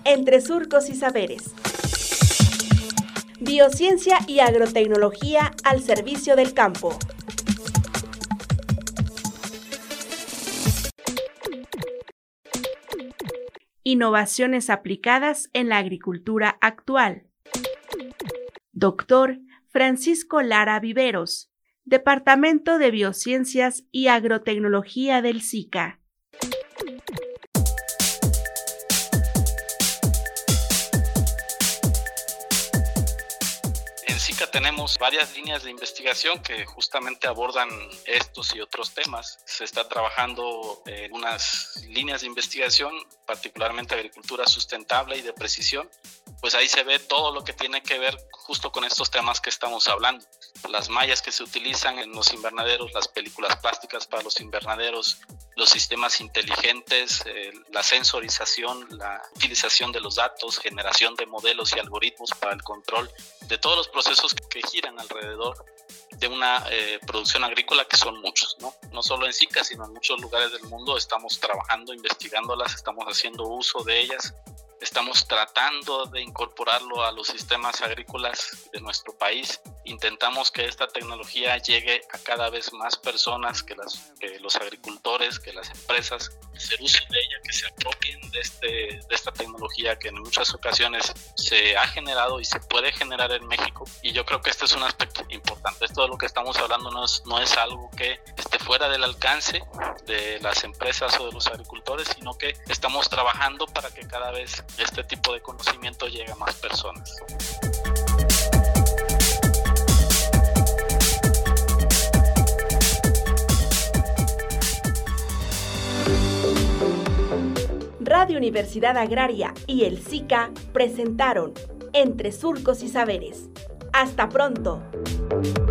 Entre surcos y saberes. Biociencia y agrotecnología al servicio del campo. Innovaciones aplicadas en la agricultura actual. Dr. Francisco Lara Viveros, Departamento de Biociencias y Agrotecnología del SICA. En SICA tenemos varias líneas de investigación que justamente abordan estos y otros temas. Se está trabajando en unas líneas de investigación, particularmente agricultura sustentable y de precisión. Pues ahí se ve todo lo que tiene que ver justo con estos temas que estamos hablando. Las mallas que se utilizan en los invernaderos, las películas plásticas para los invernaderos, los sistemas inteligentes, la sensorización, la utilización de los datos, generación de modelos y algoritmos para el control de todos los procesos que giran alrededor de una producción agrícola, que son muchos, ¿no? No solo en SICA, sino en muchos lugares del mundo estamos trabajando, investigándolas, estamos haciendo uso de ellas. Estamos tratando de incorporarlo a los sistemas agrícolas de nuestro país. Intentamos que esta tecnología llegue a cada vez más personas, que los agricultores, que las empresas hacer uso de ella, que se apropien de esta tecnología que en muchas ocasiones se ha generado y se puede generar en México. Y yo creo que este es un aspecto importante. Esto de lo que estamos hablando no es algo que esté fuera del alcance de las empresas o de los agricultores, sino que estamos trabajando para que cada vez este tipo de conocimiento llegue a más personas. Radio Universidad Agraria y el SICA presentaron Entre Surcos y Saberes. ¡Hasta pronto!